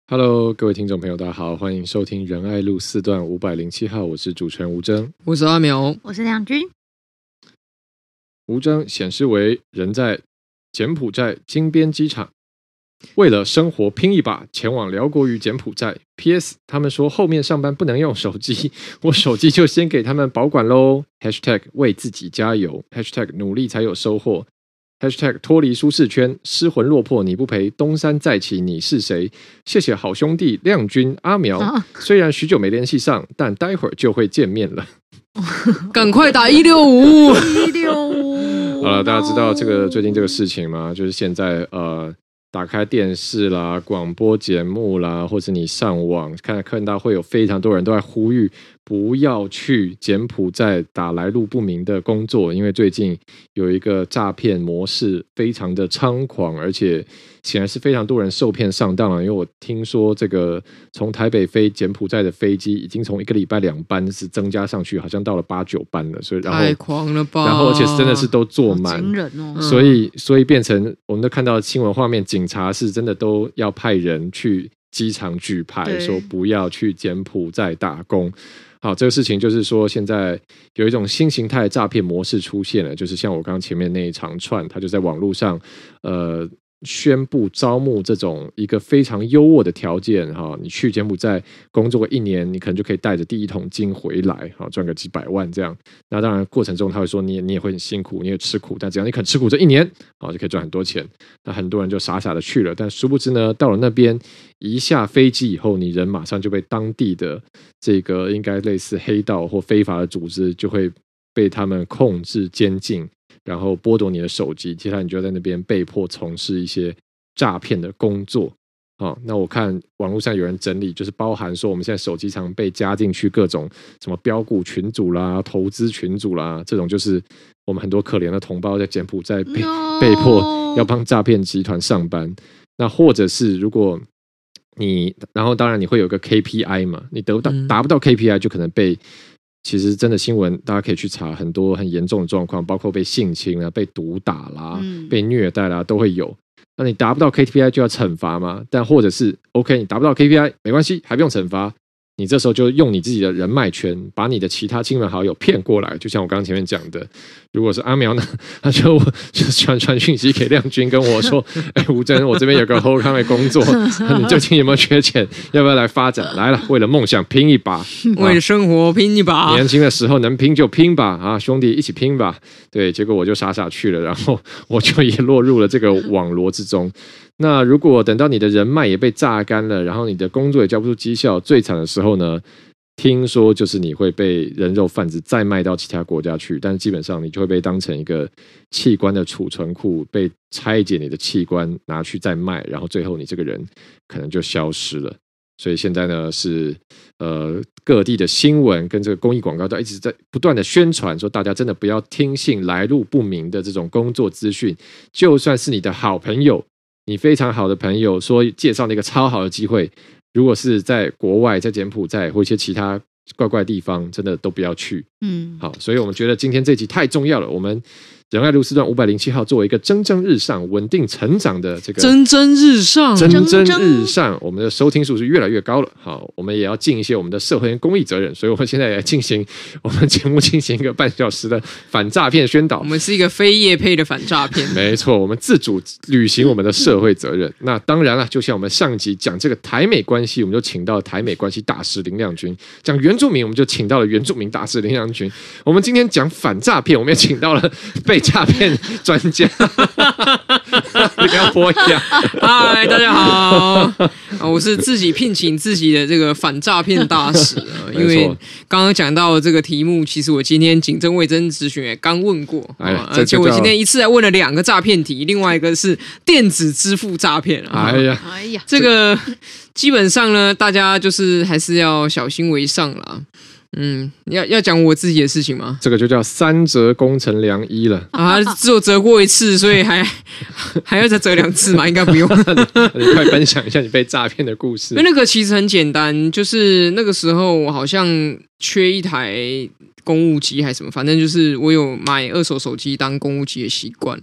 Hello， 各位听众朋友，大家好，欢迎收听仁爱路4段507号，我是主持人吴峥， 我是阿苗， 我是亮君。 吴峥显示为人在柬埔寨金边机场，为了生活拼一把，前往辽国与柬埔寨。PS， 他们说后面上班不能用手机，我手机就先给他们保管喽。#为自己加油 #努力才有收获。#脱离舒适圈，失魂落魄你不陪，东山再起你是谁？谢谢好兄弟亮君阿苗，虽然许久没联系上，但待会儿就会见面了。 赶快打165 165。 好了，大家知道最近这个事情吗？就是现在打开电视啦、广播节目啦，或者你上网看到会有非常多人都在呼吁不要去柬埔寨打来路不明的工作，因为最近有一个诈骗模式非常的猖狂，而且显然是非常多人受骗上当了。因为我听说这个从台北飞柬埔寨的飞机已经从1个礼拜2班是增加上去，好像到了8、9班了，所以太狂了吧！ 然后而且真的是都坐满， 惊人哦。 所以变成我们都看到新闻画面，警察是真的都要派人去机场举牌，说不要去柬埔寨打工。好，这个事情就是说，现在有一种新形态的诈骗模式出现了，就是像我刚刚前面那一长串，他就在网络上宣布招募这种一个非常优渥的条件哈，你去柬埔寨工作个1年，你可能就可以带着第一桶金回来，赚个几百万这样。那当然过程中他会说你也会很辛苦，你也吃苦，但只要你肯吃苦这1年，就可以赚很多钱。那很多人就傻傻的去了，但殊不知呢，到了那边一下飞机以后，你人马上就被当地的这个应该类似黑道或非法的组织就会被他们控制监禁，然后剥夺你的手机，接下来你就在那边被迫从事一些诈骗的工作。那我看网络上有人整理，就是包含说我们现在手机常被加进去各种什么标股群组啦、投资群组啦，这种就是我们很多可怜的同胞在柬埔寨被迫要帮诈骗集团上班。那或者是如果然后当然你会有个 KPI 嘛，你达不到 KPI 就可能被，其实真的新闻大家可以去查，很多很严重的状况，包括被性侵啦、被毒打啦、被虐待啦都会有。那你达不到 KPI 就要惩罚嘛？但或者是 OK， 你达不到 KPI 没关系，还不用惩罚，你这时候就用你自己的人脉圈，把你的其他亲朋好友骗过来。就像我刚刚前面讲的，如果是阿苗呢，他就传讯息给亮君跟我说：“吴峥，我这边有个后康的工作，你最近有没有缺钱？要不要来发展？来了，为了梦想拼一把， 为了生活拼一把。 年轻的时候能拼就拼吧，啊，兄弟一起拼吧。”对，结果我就傻傻去了，然后我就也落入了这个网罗之中。那如果等到你的人脉也被榨干了，然后你的工作也交不出绩效，最惨的时候呢，听说就是你会被人肉贩子再卖到其他国家去，但是基本上你就会被当成一个器官的储存库，被拆解你的器官拿去再卖，然后最后你这个人可能就消失了。所以现在呢是各地的新闻跟这个公益广告都一直在不断的宣传，说大家真的不要听信来路不明的这种工作资讯，就算是你的好朋友，你非常好的朋友说介绍那个超好的机会，如果是在国外，在柬埔寨或一些其他怪怪的地方，真的都不要去。好，所以我们觉得今天这集太重要了，我们仁爱路4段507号作为一个蒸蒸日上、稳定成长的这个蒸蒸日上， 我们的收听数是越来越高了。好，我们也要尽一些我们的社会跟公益责任，所以我们现在也进行我们节目进行一个半小时的反诈骗宣导。 我们是一个非业配的反诈骗， 没错，我们自主履行我们的社会责任。那当然了，就像我们上集讲这个台美关系，我们就请到了台美关系大师林亮君；讲原住民，我们就请到了原住民大师林亮君。我们今天讲反诈骗，我们也请到了被诈骗专家。你不要播一下。 嗨，大家好，我是自己聘请自己的这个反诈骗大使。因为刚刚讲到这个题目，其实我今天警政卫生咨询也刚问过，而且我今天一次还问了2个诈骗题，另外一个是电子支付诈骗。 哎呀， 这个基本上呢，大家就是还是要小心为上啦。要讲我自己的事情吗？ 这个就叫3折功成良医了啊！只有折过1次，所以还要再折2次嘛？应该不用。 你快分享一下你被诈骗的故事。 因为那个其实很简单，就是那个时候我好像缺一台公务机还是什么，反正就是我有买2手手机当公务机的习惯。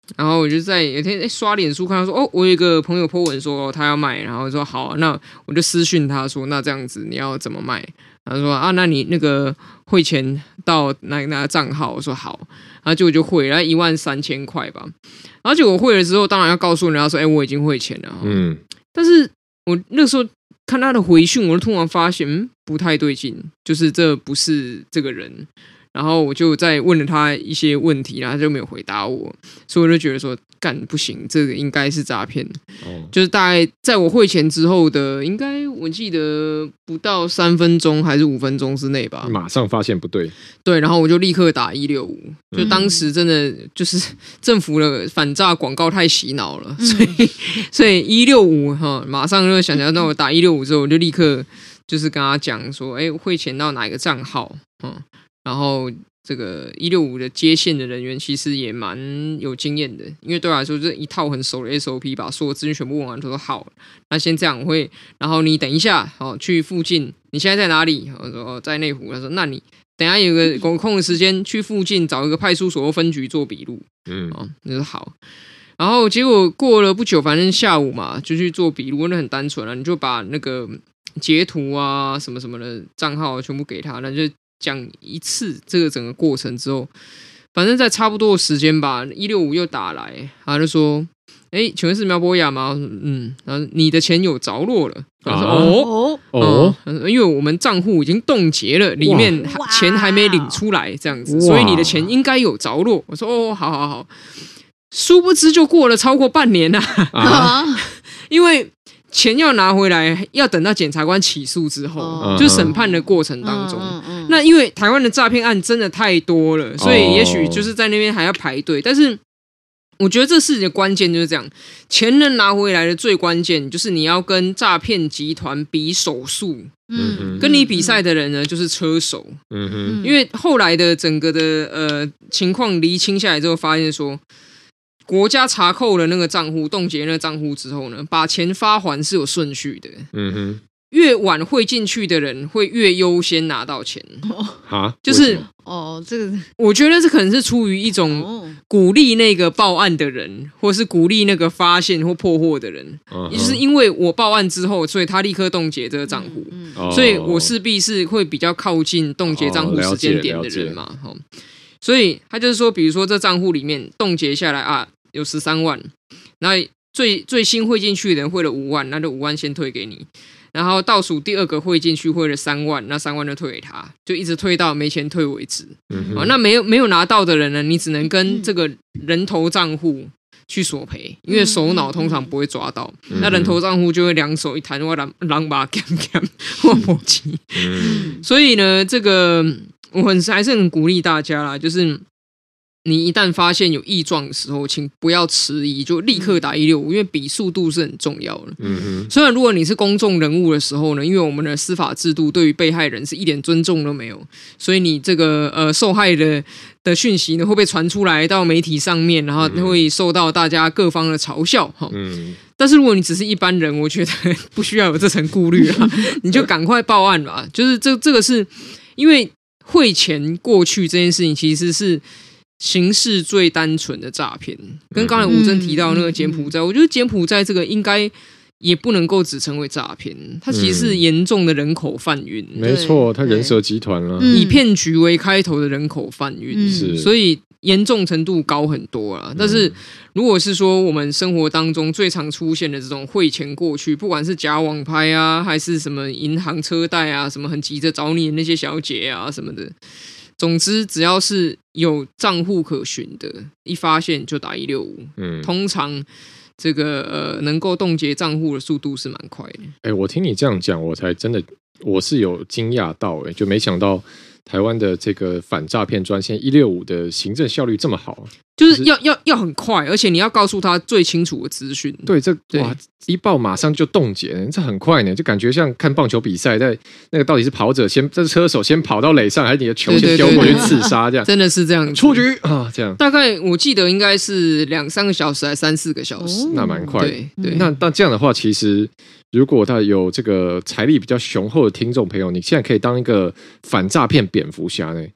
然后我就在有一天刷脸书看到说，我有一个朋友 po 文说他要卖，然后说好啊，那我就私讯他说，那这样子你要怎么卖？他说啊，那你那个汇钱到哪个账号？我说好，然后结果就汇，然后13000块吧。然后结果汇了之后，当然要告诉人家说，我已经汇钱了。但是我那时候看他的回讯，我就突然发现，不太对劲，就是这不是这个人。然后我就再问了他一些问题，然后他就没有回答我，所以我就觉得说，干不行，这个应该是诈骗。就是大概在我汇钱之后的，应该我记得不到3分钟还是5分钟之内吧， 马上发现不对。对， 然后我就立刻打165，就当时真的就是政府的反诈广告太洗脑了，所以165马上就想那我打165之后，我就立刻就是跟他讲说，汇钱到哪一个账号，然后这个165的接线的人员其实也蛮有经验的，因为对我来说这一套很熟的 SOP， 把所有资讯全部问完都说好，那先这样我会，然后你等一下去附近，你现在在哪里？我说在内湖，他说那你等一下有个有空的时间去附近找一个派出所或分局做笔录，那就好。然后结果过了不久，反正下午嘛就去做笔录，那很单纯你就把那个截图啊什么什么的账号全部给他，那就讲一次这个整个过程之后，反正在差不多的时间吧，165又打来，他就说：“请问是苗博雅吗？”然后你的钱有着落了。他说：“因为我们账户已经冻结了，里面钱还没领出来，这样子，所以你的钱应该有着落。”我说：“好。”殊不知就过了超过半年因为钱要拿回来，要等到检察官起诉之后，就审判的过程当中。那因为台湾的诈骗案真的太多了，所以也许就是在那边还要排队。但是我觉得这事情的关键就是这样，钱能拿回来的最关键就是你要跟诈骗集团比手速。跟你比赛的人呢，就是车手。因为后来的整个的情况厘清下来之后，发现说，国家查扣了那个账户，冻结那个账户之后呢，把钱发还是有顺序的。越晚汇进去的人会越优先拿到钱。就是这个我觉得这可能是出于一种鼓励那个报案的人，或是鼓励那个发现或破获的人。也就是因为我报案之后，所以他立刻冻结这个账户，所以我势必是会比较靠近冻结账户时间点的人嘛。所以他就是说，比如说这账户里面冻结下来有13万，那最新汇进去的人汇了5万，那就5万先退给你。然后倒数第二个汇进去汇了3万，那3万就退给他，就一直退到没钱退为止。那没有拿到的人呢，你只能跟这个人头账户去索赔，因为首脑通常不会抓到，那人头账户就会两手一摊，我狼把干或搏击。所以呢，这个我还是很鼓励大家啦，就是你一旦发现有异状的时候，请不要迟疑，就立刻打165，因为比速度是很重要的。虽然如果你是公众人物的时候呢，因为我们的司法制度对于被害人是一点尊重都没有，所以你这个受害的讯息呢会被传出来到媒体上面，然后会受到大家各方的嘲笑。但是如果你只是一般人，我觉得不需要有这层顾虑啦，你就赶快报案吧。就是这个是因为汇钱过去这件事情，其实是形式最单纯的诈骗，跟刚才吴峥提到那个柬埔寨，我觉得柬埔寨这个应该也不能够只称为诈骗，它其实是严重的人口贩运。 没错，它人蛇集团了， 以骗局为开头的人口贩运，所以严重程度高很多啦。但是如果是说我们生活当中最常出现的这种汇钱过去，不管是假网拍啊，还是什么银行车贷啊，什么很急着找你的那些小姐啊什么的，总之只要是有账户可循的，一发现就打165。通常这个能够冻结账户的速度是蛮快的。 我听你这样讲，我是有惊讶到，就没想到台湾的这个反诈骗专线165的行政效率这么好， 就是要很快，而且你要告诉他最清楚的资讯。 对，哇，一报马上就冻结，这很快呢，就感觉像看棒球比赛，在那个到底是跑者先，这是车手先跑到垒上，还是你的球先丢过去刺杀这样？ 真的是这样， 出局啊，这样。 大概我记得应该是2-3个小时，还3-4个小时， 那蛮快。 对， 那这样的话，其实如果他有这个财力比较雄厚的听众朋友，你现在可以当一个反诈骗蝙蝠侠呢。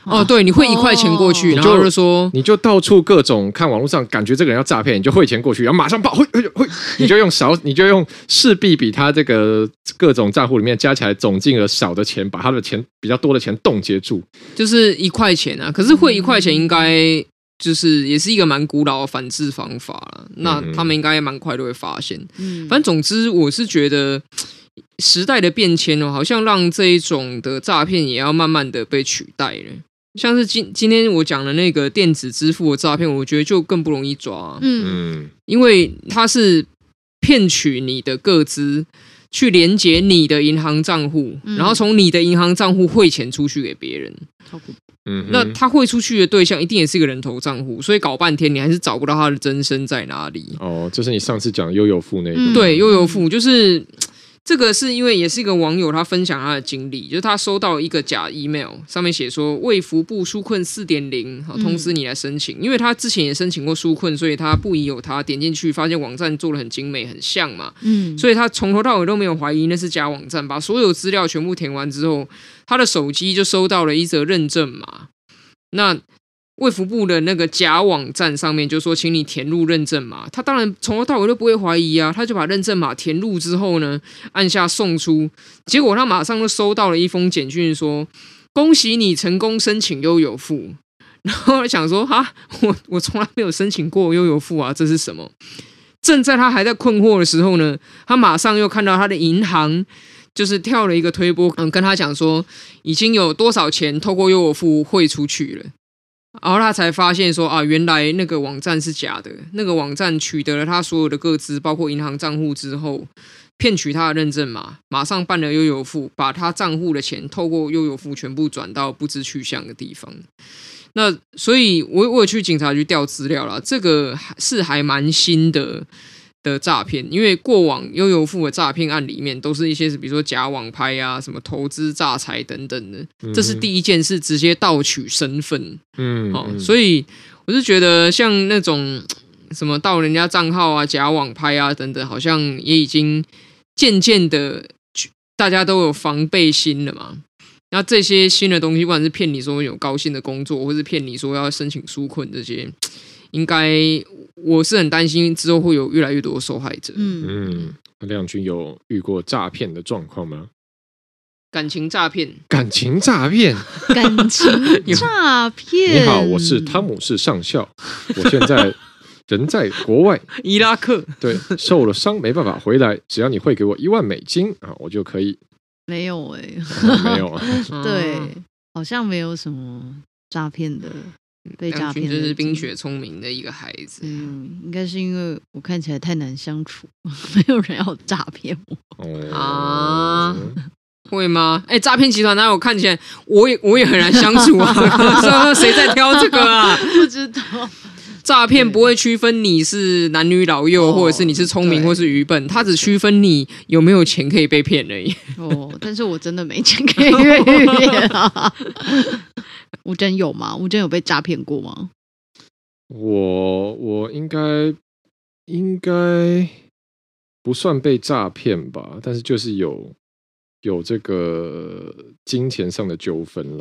哦，对，你汇1块钱过去，然后就说你就到处各种看网络上，感觉这个人要诈骗，你就汇钱过去，然后马上报汇，你就用势必比他这个各种账户里面加起来总金额少的钱，把他的钱比较多的钱冻结住，就是 1块钱啊。可是汇1块钱应该就是也是一个蛮古老的反制方法了，那他们应该蛮快就会发现。反正总之，我是觉得时代的变迁好像让这一种的诈骗也要慢慢的被取代了。像是今天我讲的那个电子支付的诈骗，我觉得就更不容易抓。因为它是骗取你的个资，去连接你的银行账户，然后从你的银行账户汇钱出去给别人。那他汇出去的对象一定也是一个人头账户，所以搞半天你还是找不到他的真身在哪里。 哦，这是你上次讲悠游付那个。 对，悠游付就是这个，是因为也是一个网友他分享他的经历，就是他收到一个假 email， 上面写说卫福部纾困 4.0 通知你来申请。因为他之前也申请过纾困，所以他不疑有他，点进去发现网站做得很精美很像嘛，所以他从头到尾都没有怀疑那是假网站，把所有资料全部填完之后，他的手机就收到了一则认证码。那卫福部的那个假网站上面就说请你填入认证码，他当然从头到尾都不会怀疑啊，他就把认证码填入之后呢，按下送出，结果他马上就收到了一封简讯说恭喜你成功申请悠游付。然后想说我从来没有申请过悠游付啊，这是什么？正在他还在困惑的时候呢，他马上又看到他的银行就是跳了一个推播，跟他讲说已经有多少钱透过悠游付汇出去了。然后他才发现说原来那个网站是假的，那个网站取得了他所有的个资，包括银行账户之后，骗取他的认证码，马上办了悠游付，把他账户的钱透过悠游付全部转到不知去向的地方。那所以我有去警察局调资料啦，这个是还蛮新的诈骗，因为过往悠游付的诈骗案里面都是一些比如说假网拍啊、什么投资诈财等等的，这是第一件事，直接盗取身份。所以我是觉得像那种什么盗人家账号啊、假网拍啊等等，好像也已经渐渐的大家都有防备心了嘛。那这些新的东西，不管是骗你说有高薪的工作，或是骗你说要申请纾困，这些应该我是很担心之后会有越来越多的受害者。 亮君有遇过诈骗的状况吗？ 感情诈骗？ 感情诈骗？ 感情诈骗？ 你好，我是汤姆士上校，我现在人在国外伊拉克， 对，受了伤没办法回来，只要你汇给我$1万我就可以。 没有没有啊。 对，好像没有什么诈骗的。被诈骗就是冰雪聪明的一个孩子。 应该是因为我看起来太难相处，没有人要诈骗我。 会吗？诈骗集团哪有看起来我也很难相处啊？谁在挑这个啊？ 不知道。 诈骗不会区分你是男女老幼，或者是你是聪明或是愚笨，他只区分你有没有钱可以被骗而已。 但是我真的没钱可以越狱啊。吴真有吗？吴真有被诈骗过吗？ 我应该不算被诈骗吧，但是就是有这个金钱上的纠纷了。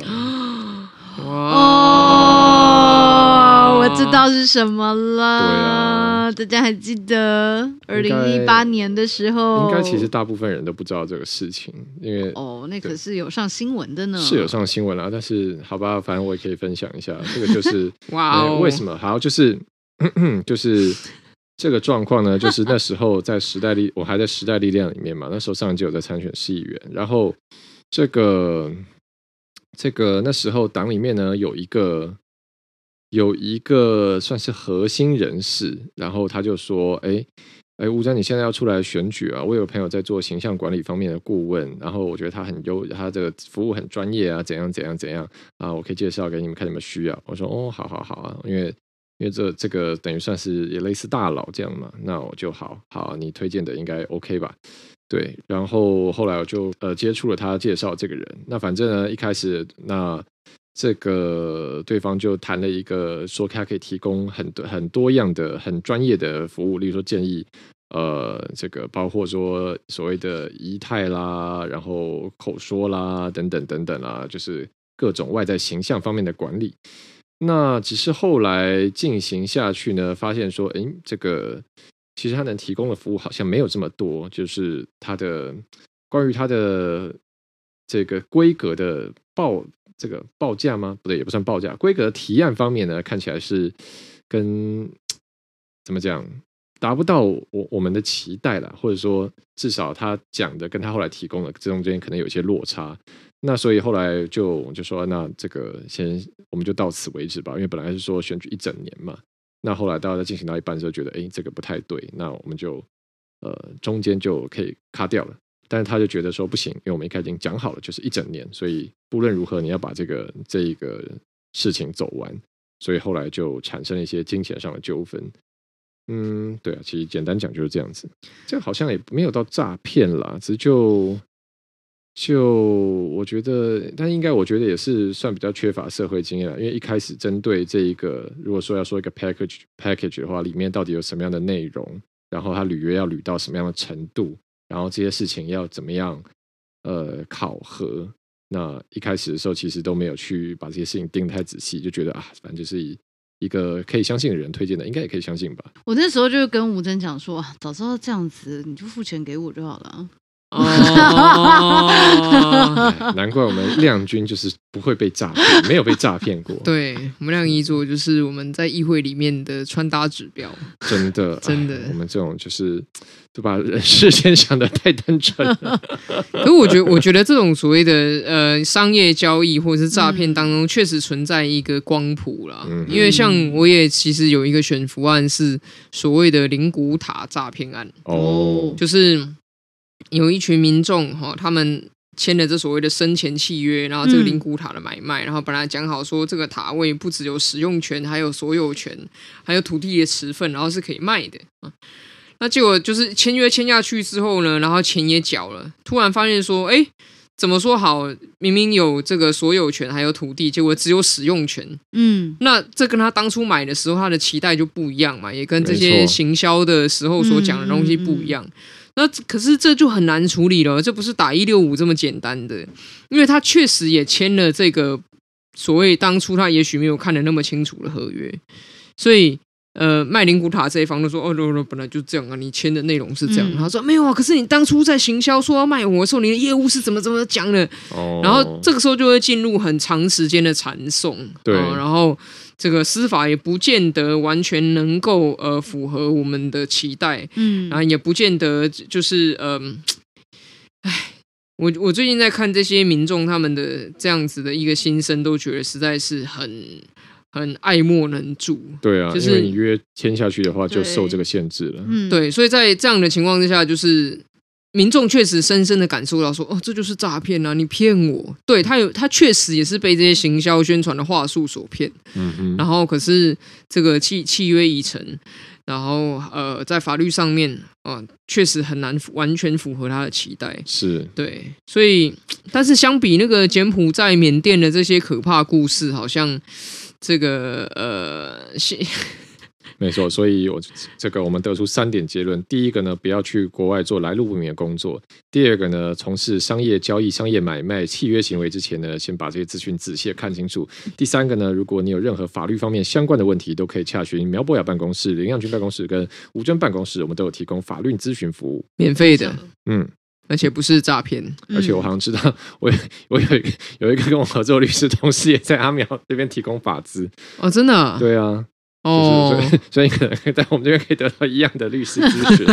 我知道是什么了。 对啊， 大家还记得2018年的时候？ 应该其实大部分人都不知道这个事情，因为那可是有上新闻的呢。 是有上新闻啦，但是好吧，反正我也可以分享一下。这个就是为什么好，就是这个状况呢，就是那时候在我还在时代力量里面嘛，那时候上一届有在参选市议员，然后这个那时候党里面呢有一个算是核心人士，然后他就说吴真你现在要出来选举啊，我有朋友在做形象管理方面的顾问，然后我觉得他他的服务很专业啊，怎样啊，我可以介绍给你们看你们需要。我说好啊，因为这个等于算是也类似大佬这样嘛，那我就好你推荐的应该 OK 吧。对，然后后来我就接触了他介绍这个人，那反正呢一开始那这个对方就谈了一个说他可以提供很多样的很专业的服务，例如说建议这个包括说所谓的仪态啦，然后口说啦等等啦，就是各种外在形象方面的管理。那只是后来进行下去呢，发现说，这个其实他能提供的服务好像没有这么多，就是关于他的这个规格的报价吗？不对，也不算报价，规格的提案方面呢，看起来是跟怎么讲，达不到我们的期待啦，或者说至少他讲的跟他后来提供的这中间可能有一些落差。那所以后来就说，那这个我们就到此为止吧，因为本来是说选举1整年嘛。那后来大家在进行到一半的时候，觉得这个不太对，那我们就中间就可以卡掉了。但是他就觉得说不行，因为我们一开始已经讲好了，就是1整年，所以不论如何你要把这一个事情走完，所以后来就产生了一些金钱上的纠纷。对啊，其实简单讲就是这样子。这个好像也没有到诈骗啦，只是就我觉得，但应该我觉得也是算比较缺乏社会经验啦，因为一开始针对这一个，如果说要说一个 package 的话，里面到底有什么样的内容，然后他履约要履到什么样的程度，然后这些事情要怎么样考核。那一开始的时候其实都没有去把这些事情盯得太仔细，就觉得反正就是一个可以相信的人推荐的，应该也可以相信吧。 我那时候就跟吴峥讲说，早知道这样子你就付钱给我就好了。 难怪我们亮君就是不会被诈骗，没有被诈骗过。 对，我们亮一座就是我们在议会里面的穿搭指标， 真的真的， 我们这种就是就把人事先想的太单纯了。 可是我觉得这种所谓的商业交易或者是诈骗当中，确实存在一个光谱啦。因为像我也其实有一个悬浮案是所谓的灵骨塔诈骗案，就是有一群民众他们签了这所谓的生前契约，然后这个灵骨塔的买卖，然后本来讲好说这个塔位不只有使用权，还有所有权，还有土地的持份，然后是可以卖的。那结果就是签约签下去之后呢，然后钱也缴了，突然发现说，怎么说好？明明有这个所有权，还有土地，结果只有使用权。那这跟他当初买的时候他的期待就不一样嘛，也跟这些行销的时候所讲的东西不一样。那可是这就很难处理了，这不是打165这么简单的，因为他确实也签了这个所谓当初他也许没有看得那么清楚的合约，所以卖灵骨塔这一方就说本来就这样啊，你签的内容是这样。他说没有啊，可是你当初在行销说要卖我的时候，你的业务是怎么讲的？然后这个时候就会进入很长时间的缠讼，对，然后这个司法也不见得完全能够符合我们的期待，然后也不见得就是我最近在看这些民众他们的这样子的一个心声，都觉得实在是很爱莫能助。对啊，就是因为你约签下去的话，就受这个限制了。 对，所以在这样的情况之下，就是民众确实深深的感受到说，这就是诈骗啊！你骗我。对，他确实也是被这些行销宣传的话术所骗。然后可是这个契约已成，然后在法律上面确实很难完全符合他的期待。 是， 对，所以但是相比那个柬埔寨、缅甸的这些可怕故事，好像这个没错，所以我们得出3点结论：第一个呢，不要去国外做来路不明的工作；第二个呢，从事商业交易、商业买卖、契约行为之前呢，先把这些资讯仔细看清楚；第三个呢，如果你有任何法律方面相关的问题，都可以洽询苗博雅办公室、林亮君办公室跟吴峥办公室，我们都有提供法律咨询服务， 免费的。而且不是诈骗， 而且我好像知道，我有一个跟我合作律师同事也在阿苗这边提供法资真的啊？ 对啊。所以你可能在我们这边可以得到一样的律师咨询。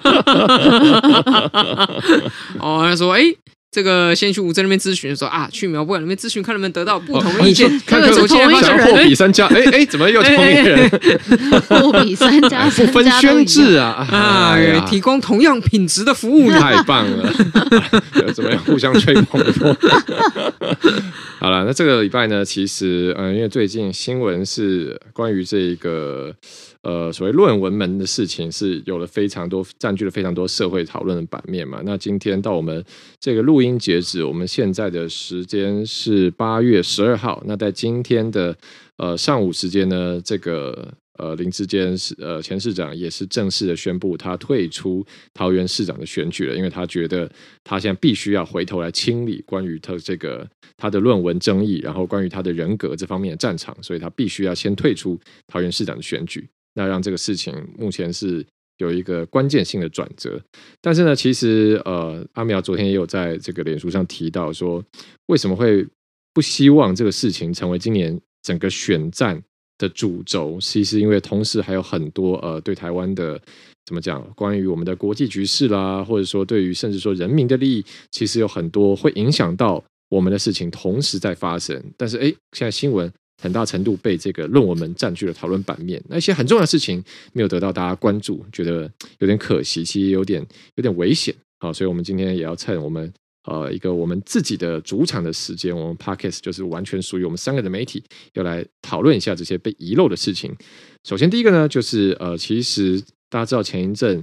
他说这个先去吴峥那边咨询的时候去苗博雅那边咨询，看能不能得到不同的意见。 看看同一个人货比三家，怎么又同一个人？ 货比三家， 不分轩制啊！ 提供同样品质的服务， 太棒了！怎么样互相吹捧过？好了，那这个礼拜呢，其实因为最近新闻是关于这个所谓论文门的事情，是有了非常多占据了非常多社会讨论的版面嘛。那今天到我们这个录音截止，我们现在的时间是8月12号。那在今天的上午时间呢，这个林智坚前市长也是正式的宣布他退出桃园市长的选举了，因为他觉得他现在必须要回头来清理关于他的论文争议，然后关于他的人格这方面的战场，所以他必须要先退出桃园市长的选举，那让这个事情目前是有一个关键性的转折。但是呢，其实阿苗昨天也有在这个脸书上提到说，为什么会不希望这个事情成为今年整个选战的主轴，其实因为同时还有很多对台湾的怎么讲，关于我们的国际局势啦，或者说对于甚至说人民的利益，其实有很多会影响到我们的事情同时在发生。但是现在新闻很大程度被这个论文们占据了讨论版面，那一些很重要的事情没有得到大家关注，觉得有点可惜，其实有点危险。好，所以我们今天也要趁我们一个我们自己的主场的时间，我们 Podcast 就是完全属于我们3个的媒体，要来讨论一下这些被遗漏的事情。首先第一个呢，就是其实大家知道前一阵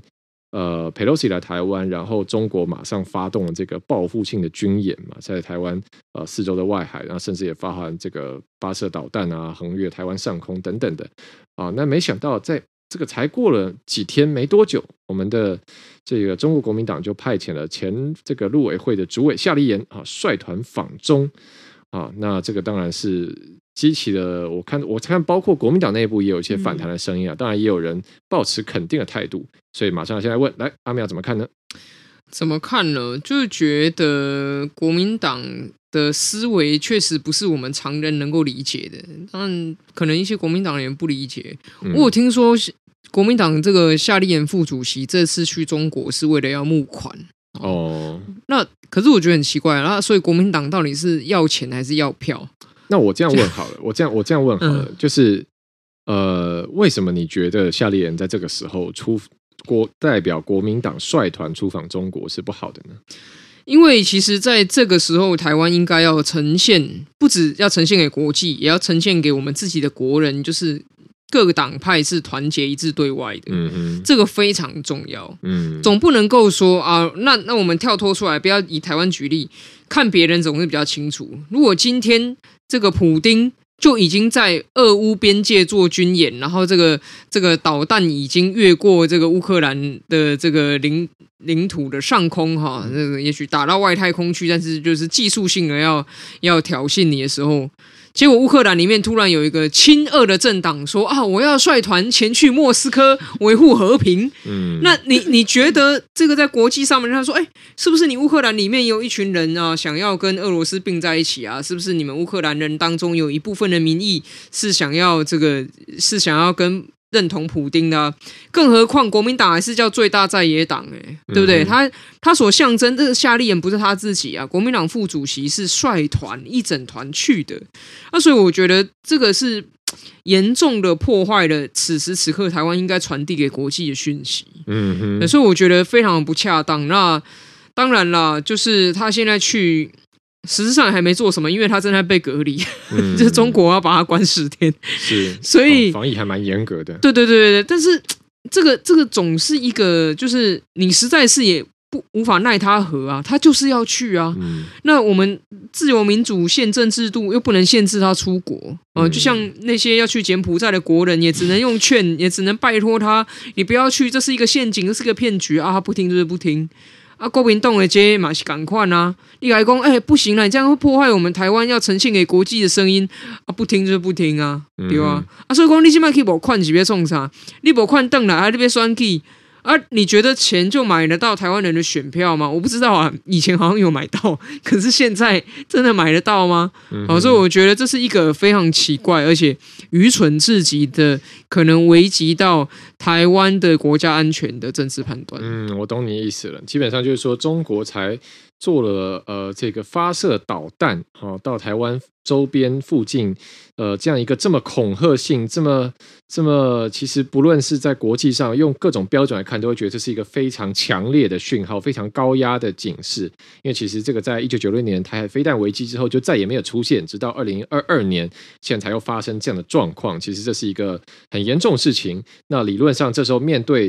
Pelosi 来台湾，然后中国马上发动了这个报复性的军演嘛，在台湾4周的外海，然后甚至也发含这个8射导弹啊，横越台湾上空等等的那没想到在这个才过了几天没多久，我们的这个中国国民党就派遣了前这个陆委会的主委夏立言率团访中那这个当然是激起了我看包括国民党内部也有一些反弹的声音当然也有人抱持肯定的态度，所以马上现在问来阿苗怎么看呢？ 怎么看呢？就是觉得国民党的思维确实不是我们常人能够理解的，当然可能一些国民党人不理解。我有听说国民党这个夏立言副主席这次去中国是为了要募款那可是我觉得很奇怪，那所以国民党到底是要钱还是要票？那我这样问好了，我这样问好了，就是为什么你觉得夏立言在这个时候代表国民党率团出访中国是不好的呢？ 因为其实在这个时候台湾应该要呈现，不只要呈现给国际，也要呈现给我们自己的国人，就是各个党派是团结一致对外的这个非常重要总不能够说那我们跳脱出来，不要以台湾举例，看别人总是比较清楚。如果今天这个普丁就已经在俄乌边界做军演，然后这个导弹已经越过这个乌克兰的这个领土的上空这个也许打到外太空去，但是就是技术性的要挑衅你的时候，结果乌克兰里面突然有一个亲俄的政党说我要率团前去莫斯科维护和平那你觉得这个在国际上面他说是不是你乌克兰里面有一群人想要跟俄罗斯并在一起是不是你们乌克兰人当中有一部分的民意是想要跟认同普丁的更何况国民党还是叫最大在野党对不对他所象征这个夏立言不是他自己国民党副主席是率团一整团去的所以我觉得这个是严重的破坏了此时此刻台湾应该传递给国际的讯息所以我觉得非常不恰当。那当然啦，就是他现在去实质上还没做什么，因为他正在被隔离就是中国要把他关10天是， 所以防疫还蛮严格的。 对，但是这个总是一个就是你实在是也无法奈他何他就是要去那我们自由民主宪政制度又不能限制他出国就像那些要去柬埔寨的国人也只能用劝，也只能拜托他你不要去，这是一个陷阱，这是个骗局他不听就是不听国民党的这嘛是赶快你来说不行了，你这样会破坏我们台湾要呈现给国际的声音不听就是不听对吧所以说你现在可以没款是要创啥，你没款回来你要选举你觉得钱就买得到台湾人的选票吗？我不知道以前好像有买到，可是现在真的买得到吗？所以我觉得这是一个非常奇怪而且愚蠢至极的可能危及到台湾的国家安全的政治判断。 我懂你意思了，基本上就是说中国才做了这个发射导弹到台湾周边附近这样一个这么恐吓性这么其实不论是在国际上用各种标准来看都会觉得这是一个非常强烈的讯号，非常高压的警示。因为其实这个在1996年台海飞弹危机之后就再也没有出现，直到2022年现在才又发生这样的状况，其实这是一个很严重的事情。那理论上这时候面对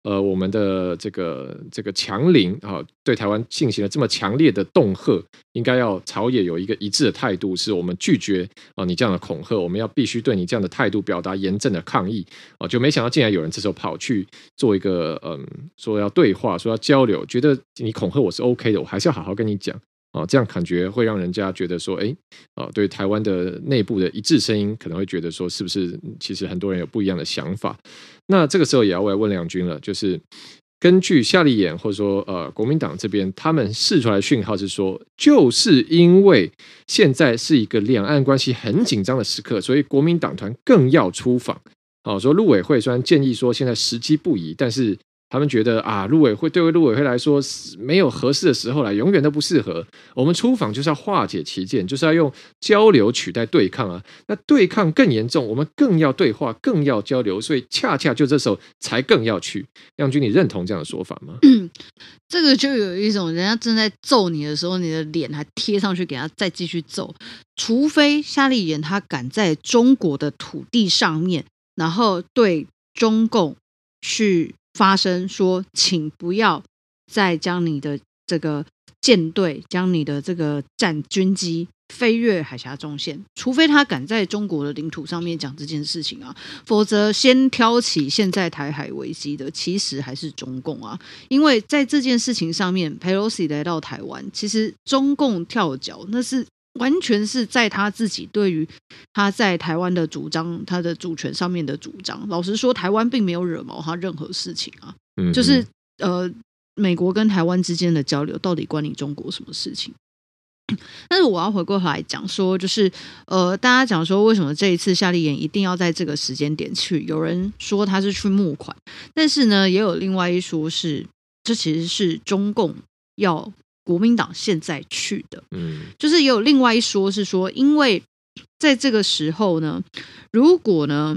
我们的这个强邻对台湾进行了这么强烈的恫吓，应该要朝野有一个一致的态度，是我们拒绝你这样的恐吓，我们要必须对你这样的态度表达严正的抗议就没想到竟然有人这时候跑去做一个说要对话，说要交流，觉得你恐吓我是 OK 的，我还是要好好跟你讲这样感觉会让人家觉得说对台湾的内部的一致声音可能会觉得说是不是其实很多人有不一样的想法。那这个时候也要来问亮君了，就是根据夏立言或者说国民党这边他们释出来的讯号是说，就是因为现在是一个两岸关系很紧张的时刻，所以国民党团更要出访说陆委会虽然建议说现在时机不宜，但是他们觉得陆委会对于陆委会来说没有合适的时候来，永远都不适合。我们出访就是要化解歧见，就是要用交流取代对抗那对抗更严重，我们更要对话，更要交流，所以恰恰就这时候才更要去。亮君，你认同这样的说法吗？ 这个就有一种人家正在揍你的时候，你的脸还贴上去给他再继续揍。除非夏立言他敢在中国的土地上面，然后对中共去发声说，请不要再将你的这个舰队，将你的这个军机飞越海峡中线，除非他敢在中国的领土上面讲这件事情否则先挑起现在台海危机的其实还是中共因为在这件事情上面 Pelosi 来到台湾，其实中共跳脚那是完全是在他自己对于他在台湾的主张，他的主权上面的主张。老实说，台湾并没有惹毛他任何事情就是美国跟台湾之间的交流到底关你中国什么事情？但是我要回过头来讲说，就是大家讲说为什么这一次夏立言一定要在这个时间点去？有人说他是去募款，但是呢，也有另外一说是，这其实是中共要国民党现在去的，就是也有另外一说是说，因为在这个时候呢，如果呢，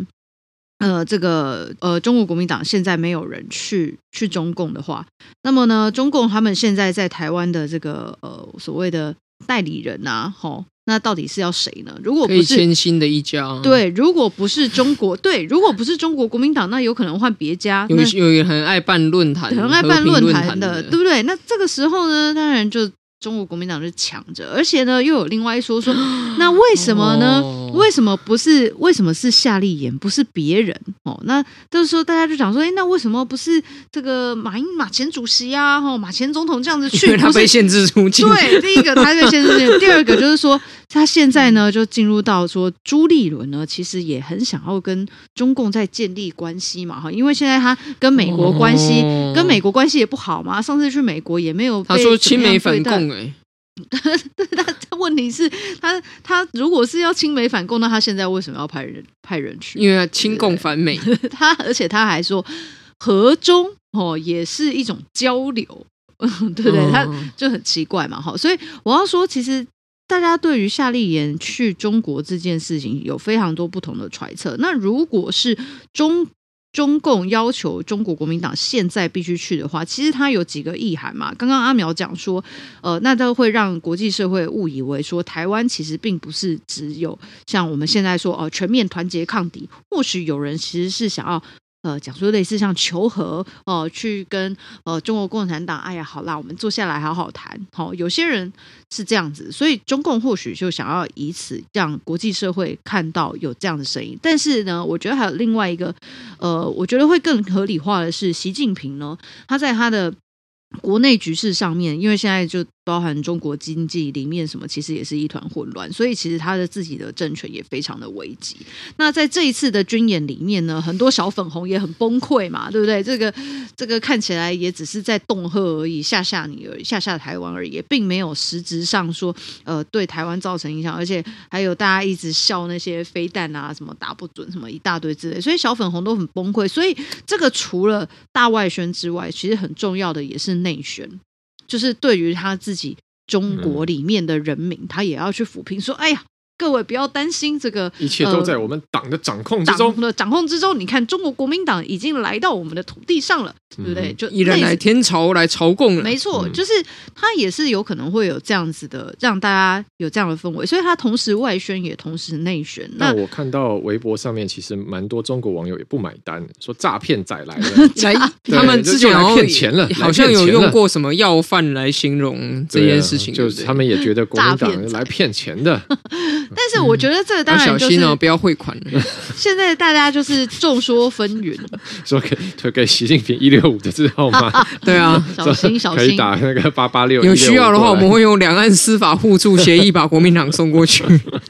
中国国民党现在没有人去中共的话，那么呢，中共他们现在在台湾的这个所谓的代理人那到底是要谁呢？如果不是可以签新的一家， 对，如果不是中国，对，如果不是中国国民党，那有可能换别家。有一个很爱办论坛， 很爱办论坛的，对不对？那这个时候呢，当然就中国国民党就抢着，而且呢，又有另外一说，那为什么呢？为什么是夏立言，不是别人？那就是说，大家就讲说，那为什么不是这个马前主席马前总统这样子去？ 因为他被限制出境。 对，第一个他被限制出境，第二个就是说，他现在呢就进入到说，朱立伦呢其实也很想要跟中共在建立关系嘛，因为现在他跟美国关系、跟美国关系也不好嘛，上次去美国也没有被他说亲美反共他问题是他如果是要亲美反共，那他现在为什么要派人去？ 因为他亲共反美。 而且他还说和中也是一种交流，对不对？他就很奇怪嘛。所以我要说，其实大家对于夏立言去中国这件事情有非常多不同的揣测。那如果是中共要求中国国民党现在必须去的话，其实它有几个意涵嘛。刚刚阿苗讲说，那都会让国际社会误以为说，台湾其实并不是只有像我们现在说全面团结抗敌。或许有人其实是想要讲说类似像求和去跟中国共产党，哎呀，好啦，我们坐下来好好谈。有些人是这样子，所以中共或许就想要以此让国际社会看到有这样的声音。但是呢，我觉得还有另外一个我觉得会更合理化的是，习近平呢，他在他的国内局势上面，因为现在就包含中国经济里面什么，其实也是一团混乱，所以其实他的自己的政权也非常的危急。那在这一次的军演里面呢，很多小粉红也很崩溃嘛，对不对？这个看起来也只是在恫吓而已，吓你而已，吓台湾而已，并没有实质上说对台湾造成影响，而且还有大家一直笑那些飞弹啊什么打不准什么一大堆之类，所以小粉红都很崩溃。所以这个除了大外宣之外，其实很重要的也是内宣，就是对于他自己中国里面的人民，他也要去抚平说，哎呀， 各位不要担心这个， 一切都在我们党的掌控之中。 你看，中国国民党已经来到我们的土地上了，对不对？就依然来天朝来朝贡了。 没错，就是他也是有可能会有这样子的，让大家有这样的氛围，所以他同时外宣也同时内宣。 那我看到微博上面其实蛮多中国网友也不买单，说诈骗仔来了， 他们之前来骗钱了， 好像有用过什么要饭来形容这件事情， 就是他们也觉得国民党来骗钱的。 但是我觉得这个当然就是小心哦，不要汇款。 现在大家就是众说纷纭， 说推给习近平165的字号码， 对啊， 小心， 可以打那个886。 有需要的话，我们会用两岸司法互助协议把国民党送过去。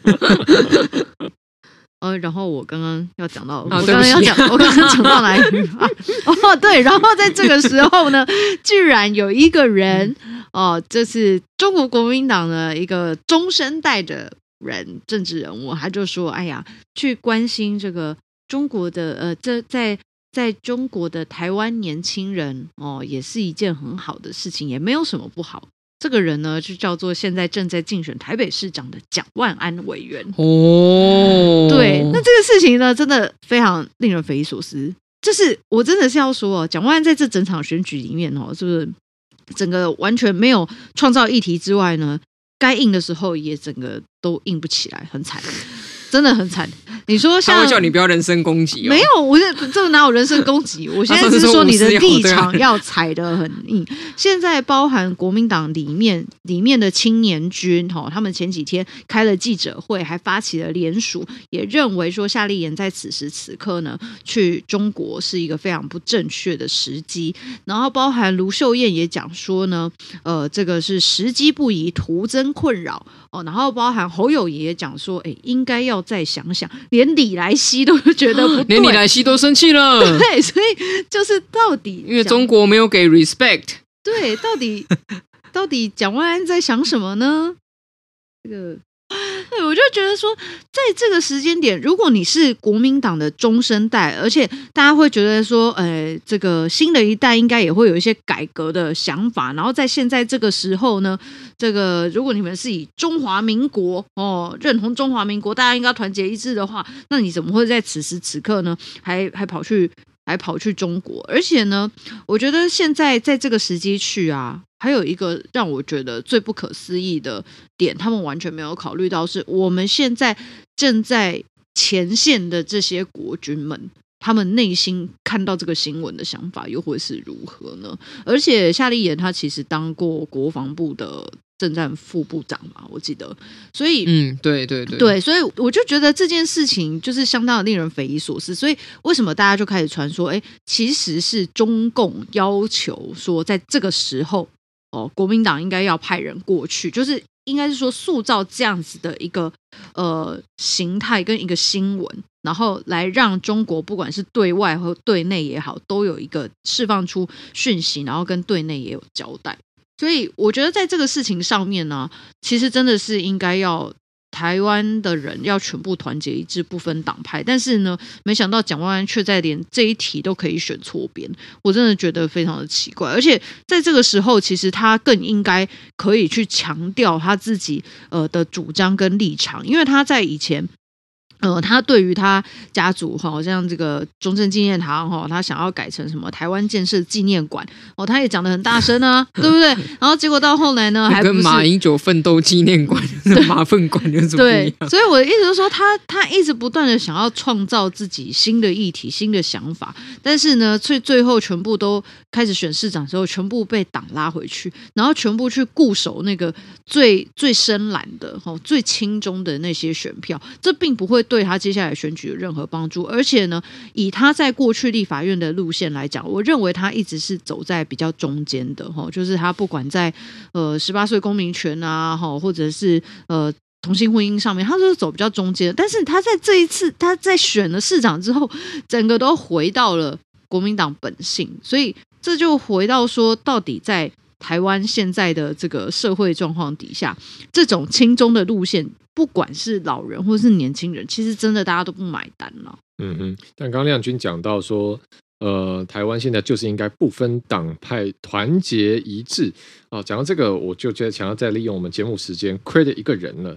然后我刚刚要讲到，我刚刚讲到哪里？对，然后在这个时候呢，居然有一个人，这是中国国民党的一个中生代的政治人物，他就说：“哎呀，去关心这个中国的在中国的台湾年轻人也是一件很好的事情，也没有什么不好。”这个人呢，就叫做现在正在竞选台北市长的蒋万安委员。对，那这个事情呢，真的非常令人匪夷所思。就是我真的是要说，蒋万安在这整场选举里面是不是整个完全没有创造议题之外呢，该硬的时候也整个都硬不起来，很惨。真的很惨。你说像他会叫你不要人身攻击没有，我这哪有人身攻击？我现在是说你的立场要踩得很硬。现在包含国民党里面的青年军他们前几天开了记者会，还发起了联署，也认为说夏立言在此时此刻呢去中国是一个非常不正确的时机。然后包含卢秀燕也讲说呢，这个是时机不宜，徒增困扰然后包含侯友宜也讲说，应该要再想想，连李来熙都觉得不对， 连李来熙都生气了。 对，所以就是到底因为中国没有给 respect， 对，到底蒋万安在想什么呢？这个。对，我就觉得说，在这个时间点，如果你是国民党的中生代，而且大家会觉得说，这个新的一代应该也会有一些改革的想法，然后在现在这个时候呢，这个如果你们是以中华民国认同中华民国，大家应该团结一致的话，那你怎么会在此时此刻呢，还跑去中国？而且呢，我觉得现在在这个时机去啊，还有一个让我觉得最不可思议的点，他们完全没有考虑到，是我们现在正在前线的这些国军们，他们内心看到这个新闻的想法又会是如何呢？而且夏立言他其实当过国防部的政战副部长嘛，我记得，所以对，所以我就觉得这件事情就是相当的令人匪夷所思。所以为什么大家就开始传说，其实是中共要求说，在这个时候国民党应该要派人过去，就是应该是说塑造这样子的一个形态跟一个新闻，然后来让中国不管是对外和对内也好，都有一个释放出讯息，然后跟对内也有交代。所以我觉得在这个事情上面呢，其实真的是应该要台湾的人要全部团结一致，不分党派。但是呢，没想到蒋万安却在连这一题都可以选错边，我真的觉得非常的奇怪。而且在这个时候，其实他更应该可以去强调他自己的主张跟立场，因为他在以前。他对于他家族好像这个中正纪念堂他想要改成什么台湾建设纪念馆他也讲得很大声啊，对不对？然后结果到后来呢，还不是跟马英九奋斗纪念馆、马粪馆有什么不一样？ 对，所以我的意思是说，他一直不断的想要创造自己新的议题、新的想法，但是呢，最后全部都开始选市长之后，全部被党拉回去，然后全部去固守那个最深蓝的、最亲中的那些选票，这并不会对他接下来选举有任何帮助。而且呢，以他在过去立法院的路线来讲，我认为他一直是走在比较中间的，就是他不管在18岁公民权啊，或者是同性婚姻上面，他都是走比较中间的。但是他在这一次他在选了市长之后，整个都回到了国民党本性，所以这就回到说，到底在台湾现在的这个社会状况底下，这种亲中的路线，不管是老人或是年轻人，其实真的大家都不买单了。 但刚刚亮君讲到说，台湾现在就是应该不分党派，团结一致。讲到这个，我就觉得想要再利用我们节目时间 credit 一个人了。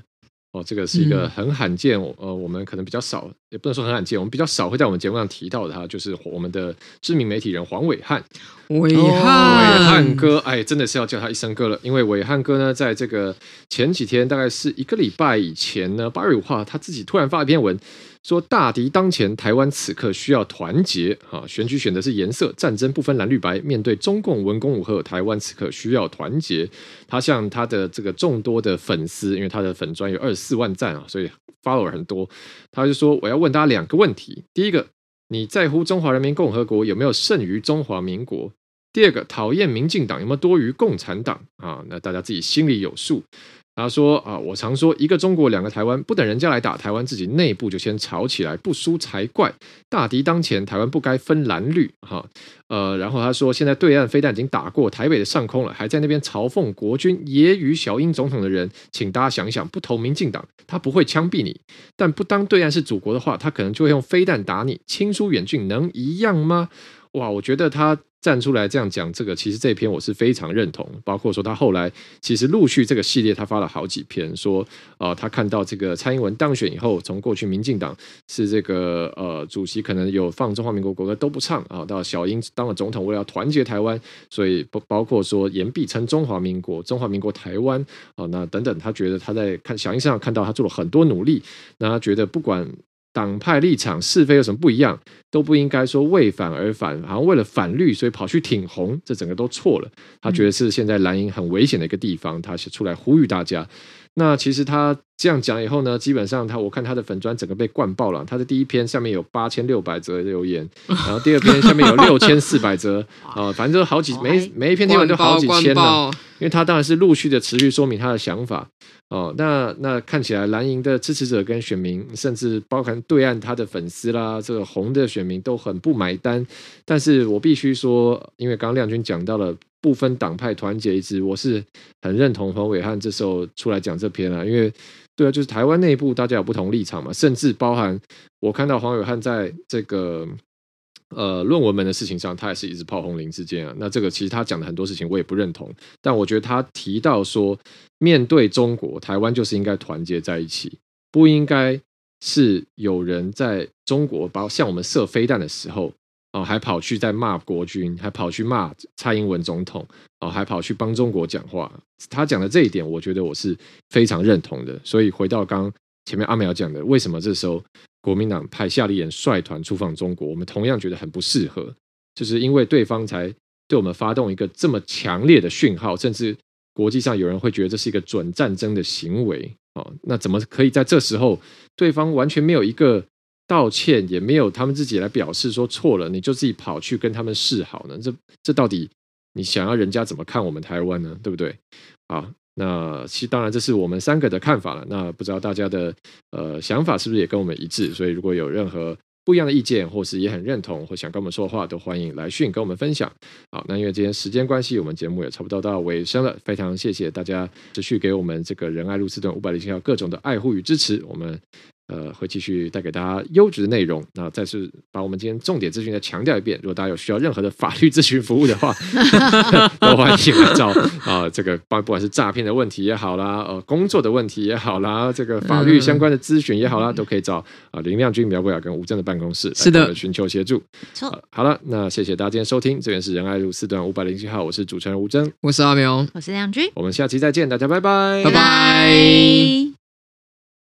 这个是一个很罕见，我们可能比较少，也不能说很罕见，我们比较少会在我们节目上提到的他，就是我们的知名媒体人黄伟汉。 伟汉哥，哎，真的是要叫他一声哥了，因为伟汉哥呢，在这个前几天，大概是1个礼拜以前呢，8月5号，他自己突然发一篇文，说大敌当前，台湾此刻需要团结啊！选举选的是颜色，战争不分蓝绿白，面对中共文攻武吓，台湾此刻需要团结。他向他的这个众多的粉丝，因为他的粉专有24万赞啊，所以 follower 很多，他就说我要问大家2个问题：第一个，你在乎中华人民共和国有没有胜于中华民国？第二个，讨厌民进党有没有多于共产党啊？那大家自己心里有数。他说啊，我常说一个中国2个台湾，不等人家来打台湾，自己内部就先吵起来，不输才怪。大敌当前，台湾不该分蓝绿哈。然后他说，现在对岸飞弹已经打过台北的上空了，还在那边嘲讽国军揶揄小英总统的人，请大家想一想，不投民进党，他不会枪毙你；但不当对岸是祖国的话，他可能就会用飞弹打你。亲疏远近能一样吗？哇，我觉得他站出来这样讲，这个其实这篇我是非常认同。包括说他后来其实陆续这个系列他发了好几篇，说他看到这个蔡英文当选以后，从过去民进党是这个主席可能有放中华民国国歌都不唱啊，到小英当了总统，为了要团结台湾，所以包括说言必称中华民国台湾啊，那等等，他觉得他在小英身上看到他做了很多努力，那他觉得不管党派立场是非有什么不一样，都不应该说为反而反，好像为了反绿所以跑去挺红，这整个都错了。他觉得是现在蓝营很危险的一个地方，他出来呼吁大家。那其实他这样讲以后呢，基本上我看他的粉专整个被灌爆了。他的第一篇下面有8600则留言，然后第二篇下面有6400则反正就好几每一篇贴文都好几千了。因为他当然是陆续的持续说明他的想法那看起来蓝营的支持者跟选民，甚至包含对岸他的粉丝啦，这个红的选民都很不买单。但是我必须说，因为刚刚亮君讲到了不分党派团结一致，我是很认同黄伟汉这时候出来讲这篇因为对啊，就是台湾内部大家有不同立场嘛，甚至包含我看到黄伟汉在这个论文门的事情上，他也是一直炮轰林智坚那这个其实他讲的很多事情我也不认同，但我觉得他提到说，面对中国，台湾就是应该团结在一起，不应该是有人在中国向我们射飞弹的时候还跑去在骂国军，还跑去骂蔡英文总统还跑去帮中国讲话。他讲的这一点，我觉得我是非常认同的。所以回到刚前面阿苗讲的，为什么这时候国民党派夏立言率团出访中国，我们同样觉得很不适合，就是因为对方才对我们发动一个这么强烈的讯号，甚至国际上有人会觉得这是一个准战争的行为那怎么可以在这时候对方完全没有一个道歉，也没有他们自己来表示说错了，你就自己跑去跟他们示好呢？这到底你想要人家怎么看我们台湾呢？对不对？好，那其实当然这是我们3个的看法了。那不知道大家的想法是不是也跟我们一致？所以如果有任何不一样的意见，或是也很认同或想跟我们说的话，都欢迎来讯跟我们分享。好，那因为今天时间关系，我们节目也差不多到尾声了，非常谢谢大家持续给我们这个仁爱路4段507号各种的爱护与支持，我们会继续带给大家优质的内容。那再次把我们今天重点资讯再强调一遍，如果大家有需要任何的法律咨询服务的话都欢迎来找这个不管是诈骗的问题也好啦工作的问题也好啦，这个法律相关的咨询也好啦都可以找林亮君、苗博雅跟吴正的办公室来寻求协助。好了，那谢谢大家今天收听，这边是仁爱路4段507号，我是主持人吴正， 我是阿苗， 我是亮君， 我们下期再见，大家拜拜， 拜拜。